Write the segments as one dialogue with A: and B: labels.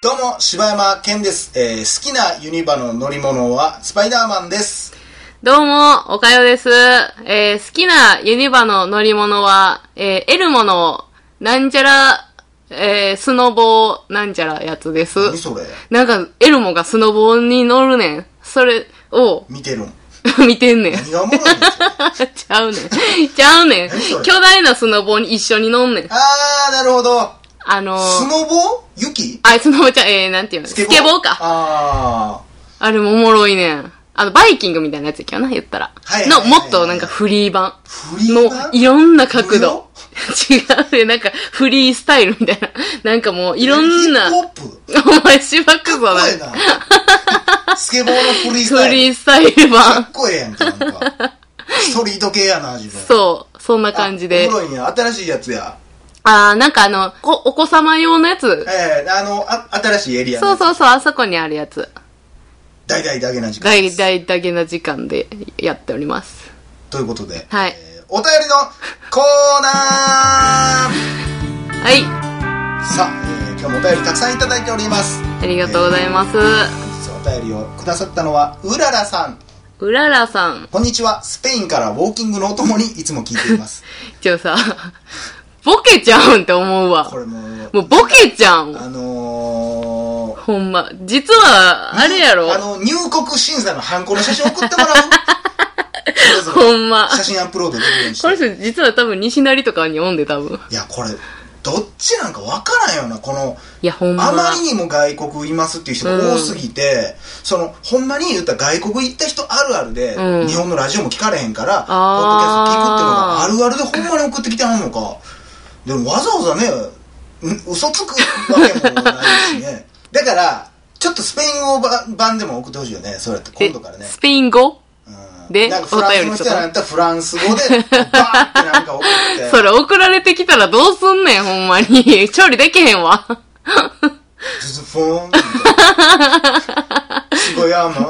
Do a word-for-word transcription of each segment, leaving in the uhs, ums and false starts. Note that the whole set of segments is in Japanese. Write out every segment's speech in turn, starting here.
A: どうも柴山健です、えー、好きなユニバの乗り物はスパイダーマンです。
B: どうもおかよです、えー、好きなユニバの乗り物は、えー、エルモのなんちゃら、えー、スノボーなんちゃらやつです。
A: 何それ。
B: なんかエルモがスノボーに乗るねん。それを
A: 見てるん
B: 見てんねん。
A: 何がおもろいんですか。
B: ちゃうねんちゃうねん巨大なスノボーに一緒に乗んねん。
A: あーなるほど。
B: あのー、
A: スノボ雪
B: あ、スノボちゃん、えー、なんていうの、スケボー、スケボーか。
A: あ
B: ー。あれもおもろいねん。あの、バイキングみたいなやつやけどな、言ったら。はいはいはいはい、の、もっとなんかフリー版。
A: フリー版
B: の、いろんな角度。違うね、なんか、フリースタイルみたいな。なんかもう、いろんな。
A: ヒップホップ
B: お前、しばくぞな。
A: スケボーのフリースタイル。
B: フリースタイル版。
A: かっこええやんか、なんか。ストリート系やな、自分。
B: そう、そんな感じで。
A: おもろいんや、新しいやつや。
B: あー、なんかあの、お、お子様用のやつ。
A: ええー、あの、あ、新しいエリア
B: のやつ。そうそうそう、あそこにあるやつ。
A: 大々だけな時間
B: です。大々だけな時間でやっております。
A: ということで、
B: はい。
A: えー、お便りのコーナー
B: はい。
A: さあ、えー、今日もお便りたくさんいただいております。
B: ありがとうございます。えー、
A: 本日お便りをくださったのは、うららさん。
B: うららさん。
A: こんにちは。スペインからウォーキングのお供にいつも聞いています。
B: ちょ、さ、ボケちゃうんって思うわ。
A: これもう、
B: もうボケちゃん。
A: あのー、
B: ほんま。実は、あれやろ。
A: あの、入国審査のハンコの写真送ってもらう
B: ほんま。
A: 写真アップロードできるようにして。
B: この人実は多分西成とかにおんで多分。
A: いや、これ、どっちなんかわからんよな、この。
B: いや、ほんま。
A: あまりにも外国いますっていう人が多すぎて、うん、その、ほんまに言ったら外国行った人あるあるで、うん、日本のラジオも聞かれへんから、ポッドキャスト聞くっていうのがあるあるでほんまに送ってきてはんのか。でもわざわざね、嘘つくわけもないしね。だから、ちょっとスペイン語版でも送ってほしいよね、そうやって今度からね。
B: スペイン語、うん、で、
A: なんかフランスの人なんやったらフランス語で、バーってなんか送って。
B: それ送られてきたらどうすんねん、ほんまに。調理できへんわ。
A: ズズフォーンみたいな。シゴヤーマ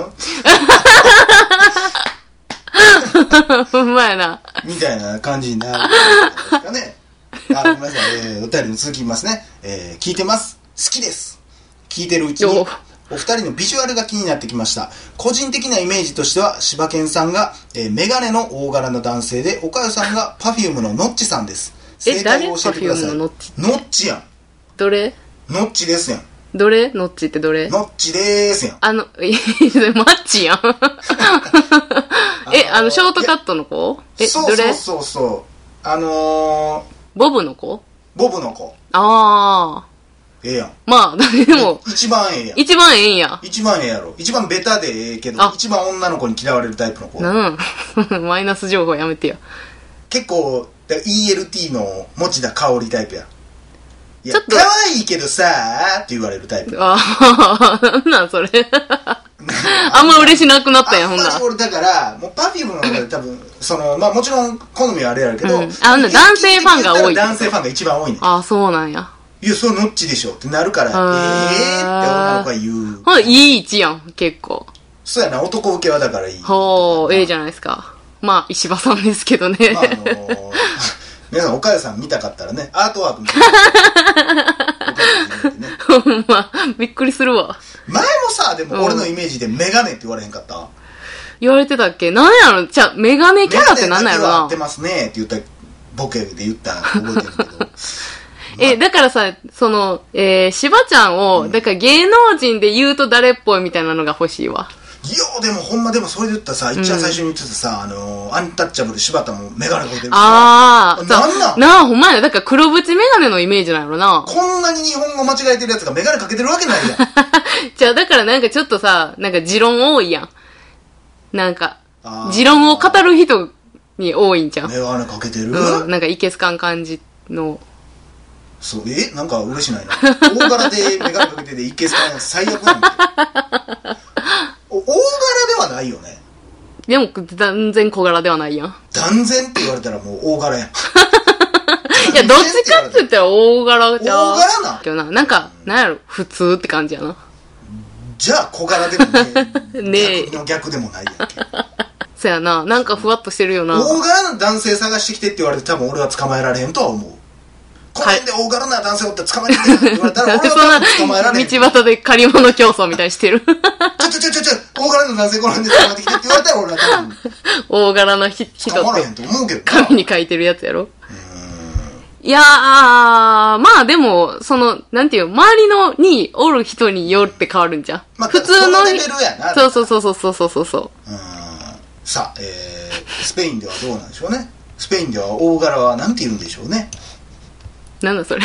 A: ン
B: ほんまやな。
A: みたいな感じになるんですかね。あ、ごめんなさい、えー、お便りの続きますね、えー、聞いてます、好きです。聞いてるうちにお二人のビジュアルが気になってきました。個人的なイメージとしては柴犬さんが、えー、メガネの大柄な男性で、おかよさんが Perfume のノッチさんです。
B: 正解を教えてください。ノッチ
A: ノッチやん。
B: どれ？
A: ノッチですやん。
B: どれ？ノッチってどれ？
A: ノッチでーすやん。
B: あの、マッチやん。え、あのショートカットの子？え、
A: そうそうそうそう、あのー
B: ボブの子？
A: ボブの子。
B: ああ。
A: ええやん。
B: まあ、でも。
A: 一番ええやん。
B: 一番ええんや。
A: 一番ええやろ。一番ベタでええけど、一番女の子に嫌われるタイプの子。
B: うん。マイナス情報やめてや。
A: 結構、イーエルティー の持田香織タイプや。いや、ちょっと。可愛いけどさーって言われるタイプ。
B: ああ、なんなんそれ。あんま嬉しなくなったんや、ほんなら。
A: 俺だから、もう Perfume の中で多分、その、まあもちろん好みはあれやるけど、うん、
B: あの男性ファンが多い。
A: 男性ファンが一番多いね。
B: ああ、そうなんや。
A: いや、それノッチでしょってなるから、ええーって女の子が言う。
B: ほんいい位置やん、結構。
A: そうやな、男受けはだからいい。
B: ほう、ええじゃないですか。まあ、石破さんですけどね。まあ、あのー、
A: 皆さん、岡谷さん見たかったらね、アートワーク見てね。
B: ほんま、びっくりするわ。
A: 前もさ、でも俺のイメージでメガネって言われへんかった、うん、
B: 言われてたっけ？なんやろ、じゃあ、メガネキャラってなんなんやろな。
A: メガネだけは合ってますねって言った、ボケで言った覚えてるけど。
B: え、だからさ、その、えー、しばちゃんを、うん、だから芸能人で言うと誰っぽいみたいなのが欲しいわ。
A: いやでもほんまでもそれで言ったらさ、一番最初に言ってたさ、うん、あのー、アンタッチャブル柴田もメガネかけてるし
B: ああ、
A: なんなん
B: なあ、ほんまや。だから黒縁メガネのイメージなんやろな。
A: こんなに日本語間違えてるやつがメガネかけてるわけないやん。
B: じゃあだからなんかちょっとさ、なんか持論多いやん。なんか、持論を語る人に多いんじゃん。
A: メガネかけてる、
B: うん、なんかいけすかん感じの。
A: そう、えなんか嬉しないな。大柄でメガネかけてていけすかんやつ最悪なんだよ。大柄ではないよね。
B: でも断然小柄ではないやん。
A: 断然って言われたらもう大柄やん。
B: いや、どっちかって言ったら大柄じゃん。
A: 大柄な
B: けどな、なんか、うん、なんやろ、普通って感じやな。
A: じゃあ小柄でもね
B: ねえ。
A: 逆の逆でもないやんけ。
B: そやな、なんかふわっとしてるよな。
A: 大柄な男性探してきてって言われて多分俺は捕まえられへんとは思う。 この辺で大柄な男性おって捕まえてくれって言われたら、俺は多分捕まえられへん。
B: 道端で借り物競争みたいにしてる。
A: ちょちょちょちょちょ、大柄な男性この辺で捕まえてきてって言われたら、俺は多分。
B: 大柄な人って。
A: 捕まらへんと思うけど
B: 紙に書いてるやつやろ。いやー、まあでも、その、なんていう、周りのにおる人によって変わるんじゃん。
A: まあ、
B: 普通の。
A: そのレベルやな。
B: そうそうそうそうそうそうそう。
A: うん。さあ、えー、スペインではどうなんでしょうね。スペインでは大柄はなんて言うんでしょうね。
B: なんだそれ。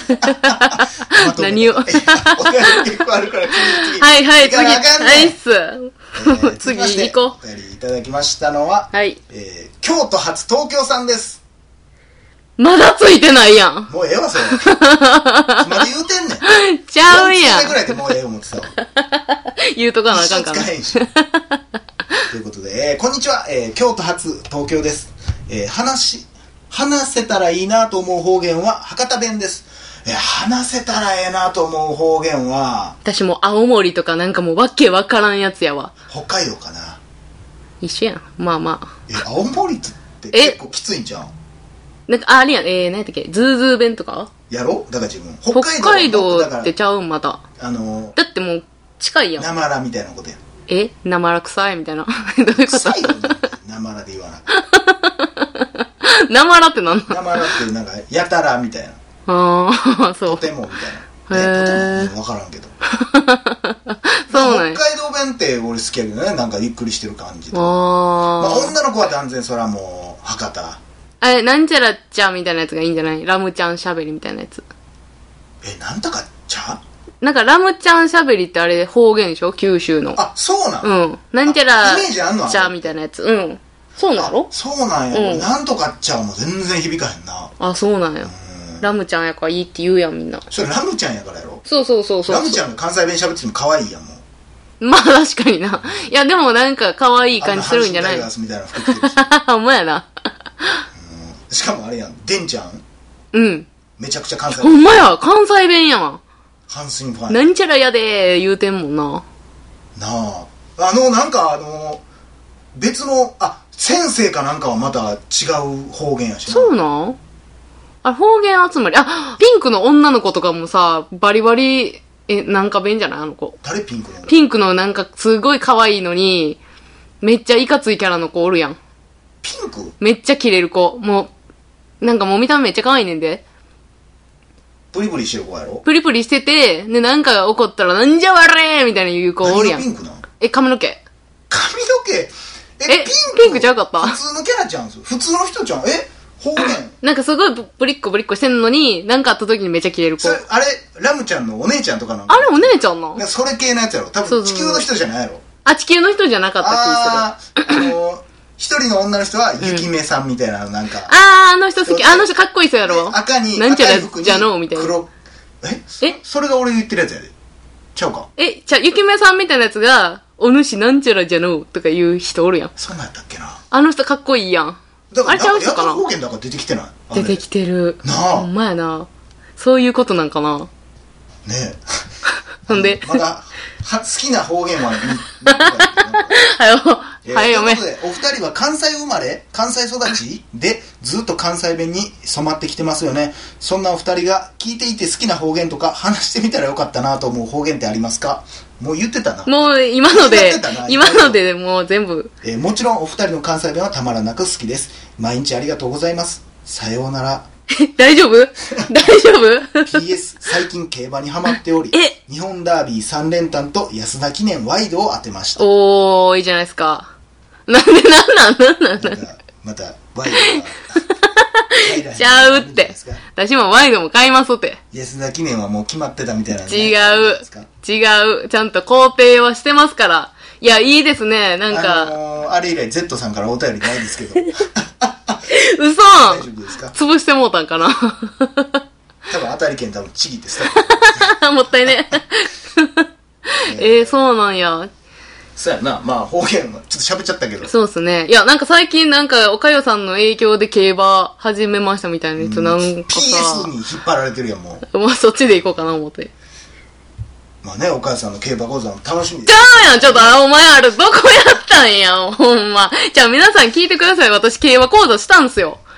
A: 何を。お便り結構あるから、次次。
B: はいはい、次。はいっす。えー、次行こう。
A: お便りいただきましたのは、
B: はい。
A: えー、京都発東京さんです。
B: まだついてないやん。
A: もうええわ、それ。まで言うてんねん。
B: ちゃうやん。
A: よんつぐらいでもうええ思ってたわ。
B: 言うとかなあかんかな。
A: 一生使えんし。ということで、えー、こんにちは、えー、京都発東京です。えー、話、話せたらいいなと思う方言は博多弁です。えー、話せたらええなと思う方言は、
B: 私も青森とかなんかもうわけわからんやつやわ。
A: 北海道かな。
B: 一緒やん。まあまあ。
A: え、青森って結構きついんじゃん。
B: なんか、あれやん、えー、何やったっけ、ズーズー弁とか
A: やろだから自分。
B: 北海道。北海道ってちゃうんまた。
A: あのー、
B: だってもう、近いやん。
A: なまらみたいなことやん。
B: えなまら臭いみたいな。どういうこと
A: 臭いよね。なまらで言わなくて。
B: なまらってなん
A: なまらってなんか、やたらみたいな。
B: ああ、そう。
A: とてもみたいな。へえ。とてもわからんけど。
B: そうなんや。
A: 北海道弁って俺好きやけどね。なんかゆっくりしてる感じで。あまあ女の子は断然それはもう、博多。
B: あれ、なんちゃらちゃんみたいなやつがいいんじゃない？ラムちゃんしゃべりみたいなやつ。
A: え、なんとかちゃ
B: なんかラムちゃんしゃべりってあれ方言でしょ？九州の。
A: あ、そうなん？
B: うん。なんちゃら
A: イメージあんの？
B: ちゃんみたいなやつ。うん。そうなの？
A: そうなんや。うん、なんとかちゃんも全然響かへんな。
B: あ、そうなんや。ラムちゃんやからいいって言うやんみんな。
A: それラムちゃんやからやろ？
B: そうそうそうそう。
A: ラムちゃんが関西弁喋ってても可愛いやんもう。
B: まあ確かにな。いやでもなんか可愛い感じするんじゃない？
A: あんな阪神タイガースみたいな服着てるし。
B: ほんまやな。
A: しかもあれやん、デンちゃん。
B: うん。
A: めちゃくちゃ関西
B: 弁。ほんまや、関西弁やん。
A: 阪神ファン。
B: なんちゃらやでー言うてんもんな。
A: なあ。あの、なんかあの、別の、あ、先生かなんかはまた違う方言やしな。
B: そうなんあ、方言集まり。あ、ピンクの女の子とかもさ、バリバリ、え、なんか弁じゃないあの子。
A: 誰ピンクの？
B: ピンクのなんかすごい可愛いのに、めっちゃいかついキャラの子おるやん。
A: ピンク？
B: めっちゃキレる子。もう、なんかもう見た目めっちゃ可愛いねんで。
A: プリプリしてる子やろ？
B: プリプリしてて、で、なんか起こったら、なんじゃわれーみたいな言う子おるやん。
A: 何がピンクなん？
B: え、髪の毛。
A: 髪の毛？え、
B: えピンクピンクちゃうかった？
A: 普通のキャラちゃうんすよ。普通の人ちゃん。え方言？
B: なんかすごいぶりっこぶりっこしてんのに、なんかあった時にめっちゃキレる子。
A: それ、あれ、ラムちゃんのお姉ちゃんとかなの？
B: あれお姉ちゃんな？
A: それ系のやつやろ？多分地球の人じゃないやろ？
B: あ、地球の人じゃなかった
A: 気する。あー、あのー、一人の女の人は雪目さんみたいな、なんか。
B: あー、あの人好き。あの人かっこいい人やろ？
A: 赤に、
B: なんちゃらじゃのみたいな。
A: 黒、ええそれが俺言ってるやつやで。ちゃうか？
B: え、じゃあ、雪目さんみたいなやつが、お主なんちゃらじゃのとか言う人おるやん。
A: そんなんやったっけな。
B: あの人かっこいいやん。
A: だから、
B: あれちゃう人かな？
A: や方言だから出てきてない？
B: 出てきてる。
A: なあ。
B: ほんまやな。そういうことなんかな。
A: ねえ。
B: ほんで。
A: まだ、は、好きな方言は、
B: はよ、はよ、
A: ということで、お二人は関西生まれ、関西育ちで、ずっと関西弁に染まってきてますよね。そんなお二人が聞いていて好きな方言とか話してみたらよかったなと思う方言ってありますか？もう言ってたな。
B: もう今ので、今のでもう全部。
A: えー、もちろんお二人の関西弁はたまらなく好きです。毎日ありがとうございます。さようなら。
B: 大丈夫大丈夫
A: ピーエス 最近競馬にハマっており、日本ダービーさん連単と安田記念ワイドを当てました。
B: おー、いいじゃないですか。なんでなんなんなんなんなん
A: また、ワイドが。
B: ちゃうって。私もワイドも買いますって。
A: 安田記念はもう決まってたみたいな、ね。
B: 違う。違う。ちゃんと肯定はしてますから。いや、いいですね。なんか。
A: あのー、あれ以来 Z さんからお便りないですけど。
B: 嘘
A: 大丈夫ですか？
B: 潰してもうたんかな
A: 多分当たり券多分ちぎってスタ
B: ッフもったいねえー、そうなんや。
A: そうやな。まあ方言はちょっと喋っちゃったけど。
B: そうっすね。いや、なんか最近なんかおかよさんの影響で競馬始めましたみたいな人なんかさ、うん、ピーエ
A: ス に引っ張られてるやんも
B: う。もうそっちで行こうかな思って。
A: まあね、お母さんの競馬講座も楽しみです。
B: ちゃうやん、ちょっとあ、お前あれどこやったんや、ほんま。じゃあ皆さん聞いてください。私競馬講座したんすよ。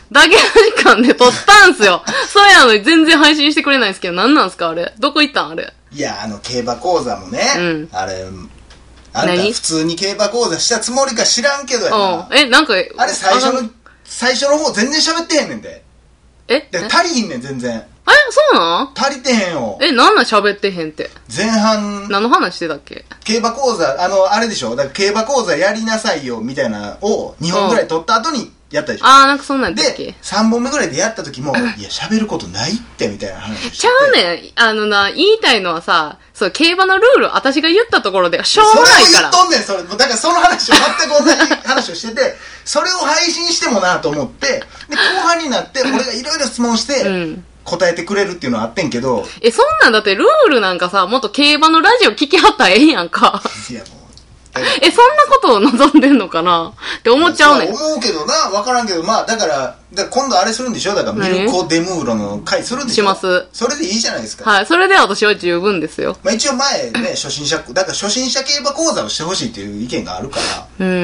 B: だけの時間で撮ったんすよ。そうやのに全然配信してくれないんですけど、なんなんすかあれ。どこ行ったんあれ。
A: いや、あの、競馬講座もね、うん、あれ、あんた
B: 何
A: 普通に競馬講座したつもりか知らんけどやな。
B: え、なんか、
A: あれ最初の、最初の方全然喋ってへんねんで。
B: え
A: で足りひんねん、全然。
B: え、そうなん
A: 足りてへんよ。
B: え、なんなん喋ってへんって。
A: 前半。
B: 何の話してたっけ？
A: 競馬講座、あの、あれでしょだから競馬講座やりなさいよ、みたいなをにほんぐらい撮った後にやったでしょ。
B: あー、なんかそんなんやったっけ？
A: で、さんぼんめぐらいでやった時も、いや、喋ることないって、みたいな話をしてて。
B: ちゃうねん。あのな、言いたいのはさ、そう、競馬のルール、私が言ったところで、しょうもないから。
A: それを言っとんねん、それ。だからその話を、全く同じ話をしてて、それを配信してもなと思って、で、後半になって、俺がいろいろ質問して、うん答えてくれるっていうのはあってんけど。
B: え、そんなんだってルールなんかさ、もっと競馬のラジオ聞きはったらええやんか。
A: いやもう。
B: え、そんなことを望んでんのかなって思っちゃうねん。
A: 思うけどな、わからんけど、まあ、だから、だから今度あれするんでしょだからミルコ・デムーロの回するんでしょ
B: します。
A: それでいいじゃないですか。
B: はい、それで私は十分ですよ。
A: まあ一応前ね、初心者、だから初心者競馬講座をしてほしいっていう意見があるから。うん。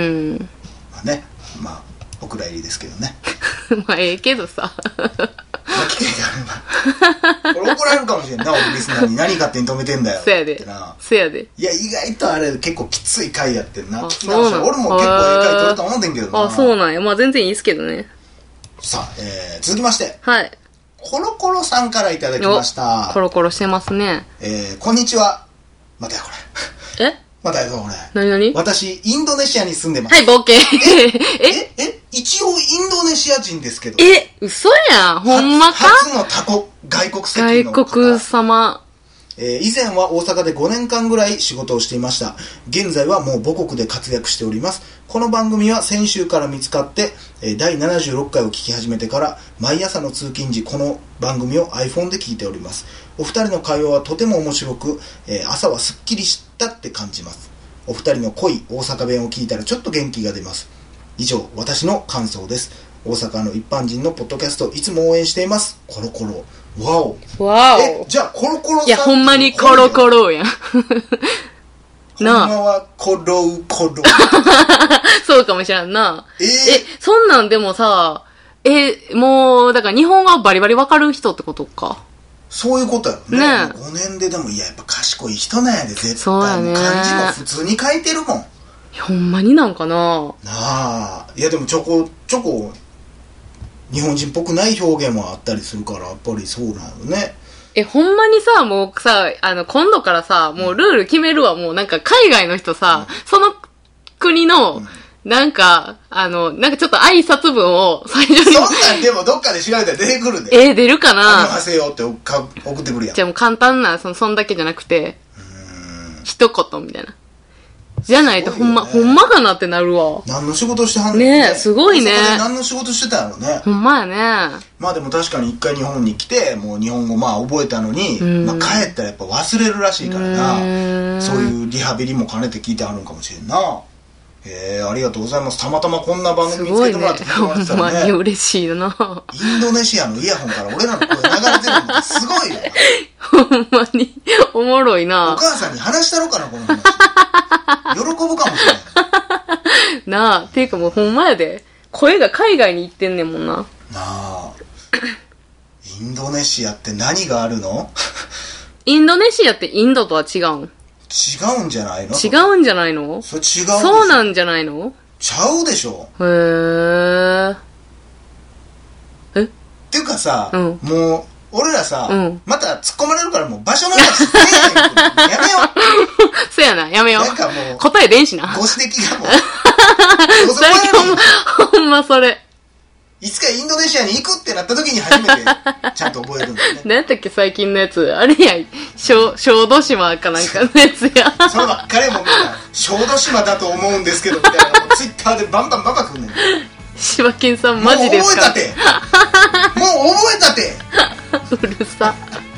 A: まあね、まあ、お蔵入りですけどね。
B: まあ、ええけどさ。
A: まあ、機会があれば。これ怒られるかもしれんな、俺リスナーに。何勝手に止めてんだよ。
B: せやで。せやで。
A: いや、意外とあれ結構きつい回やってんな。聞き直した。俺も結構ええ回取れた思ってんけどな。
B: あ、そうなんや。まあ全然いいですけどね。
A: さあ、えー、続きまして。
B: はい。
A: コロコロさんからいただきました。
B: コロコロしてますね。
A: えー、こんにちは。またやこれ。えまたやぞ、これ。
B: なになに
A: 私、インドネシアに住んでます。
B: はい、冒険。
A: えええ一応インドネシア人ですけど。
B: え嘘やん。ほんまか
A: 初の他国、外国籍の方。
B: 外国様。
A: えー、以前は大阪でごねんかんぐらい仕事をしていました。現在はもう母国で活躍しております。この番組は先週から見つかって、えー、だいななじゅうろっかいを聞き始めてから毎朝の通勤時この番組を iPhone で聞いております。お二人の会話はとても面白く、えー、朝はすっきりしたって感じます。お二人の濃い大阪弁を聞いたらちょっと元気が出ます。以上、私の感想です。大阪の一般人のポッドキャストいつも応援しています。コロコロ。わお。
B: わお。
A: え、じゃあコロコロさん。
B: いや、ほんまにコロコロやん。
A: なあ。ほんまはコロコロ。
B: そうかもしれんな。
A: えー、
B: え、そんなんでもさ、え、もう、だから日本語バリバリわかる人ってことか。
A: そういうことやろ
B: ね。
A: ねごねんででも、いや、やっぱ賢い人なんやで、絶対。
B: そうやね。
A: 漢字も普通に書いてるもん。
B: ほんまになんかな。
A: なあ。いや、でもちょこちょこ、日本人っぽくない表現もあったりするから、やっぱりそうなのね。
B: え、ほんまにさ、もうさ、あの、今度からさ、もうルール決めるわ、もうなんか海外の人さ、うん、その国の、うんなんか、あの、なんかちょっと挨拶文を最初に。
A: そんなんでもどっかで調べたら出てくるで。
B: えー、出るかな？
A: あのはせよって送ってくるやん。
B: じゃあもう簡単な、その、そんだけじゃなくて、一言みたいな。じゃないと、ほんま、ほんまかなってなるわ。
A: 何の仕事してはんの
B: ねえ、すごいね。
A: 何の仕事してたんやろね。
B: ほんまやね。
A: まあでも確かに一回日本に来て、もう日本語まあ覚えたのに、まあ帰ったらやっぱ忘れるらしいからな。そういうリハビリも兼ねて聞いてはるんかもしれんな。えー、ありがとうございます。たまたまこんな番組見つけてもらって聞いてもらってたらね。
B: ほんまに嬉しいよな。
A: インドネシアのイヤホンから俺らの声流れてるのってすごいよ。
B: ほんまに、おもろいな。
A: お母さんに話したろかな、この話。喜ぶかもしれない。
B: なあ、ていうかもうほんまやで。声が海外に行ってんねんもんな。な
A: あ。インドネシアって何があるの？
B: インドネシアってインドとは違うん？
A: 違うんじゃないの？
B: 違うんじゃないの？
A: それ違う。
B: そうなんじゃないの？
A: ちゃうでしょ。
B: へー。え？
A: っていうかさ、
B: うん、
A: もう、俺らさ、うん、また突っ込まれるからもう場所の話せえへん。やめよ
B: う。そうやな、やめよう。
A: なんかもう、
B: 答え出んしな。
A: ご指摘がもう。
B: ほんま、ほんまそれ。
A: いつかインドネシアに行くってなった時に初めてちゃんと覚えるんだよね。
B: 何やったっけ最近のやつ。あれや、小、小豆島かなんかのやつや。
A: そればっかりもみんな、小豆島だと思うんですけど、みたいなのをツイッターでバンバンバンバン来んねん。
B: 柴犬さんマジですか？
A: もう覚えたてもう覚えた
B: てうるさ。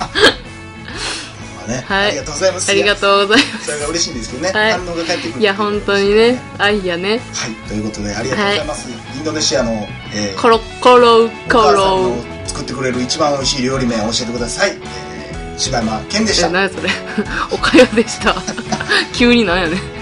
A: ね、はい、ありがとうございます。
B: ありがとうございます。
A: それが嬉しいんですけどね、はい、反応が返ってくる。
B: いや本当にね、愛やね。
A: はい、ということでありがとうございます。はい、インドネシアの、えー、
B: コロコロコロ
A: 作ってくれる一番美味しい料理名を教えてください。えー、柴山健でした。
B: え、何それ？おかよでした。急になんやね。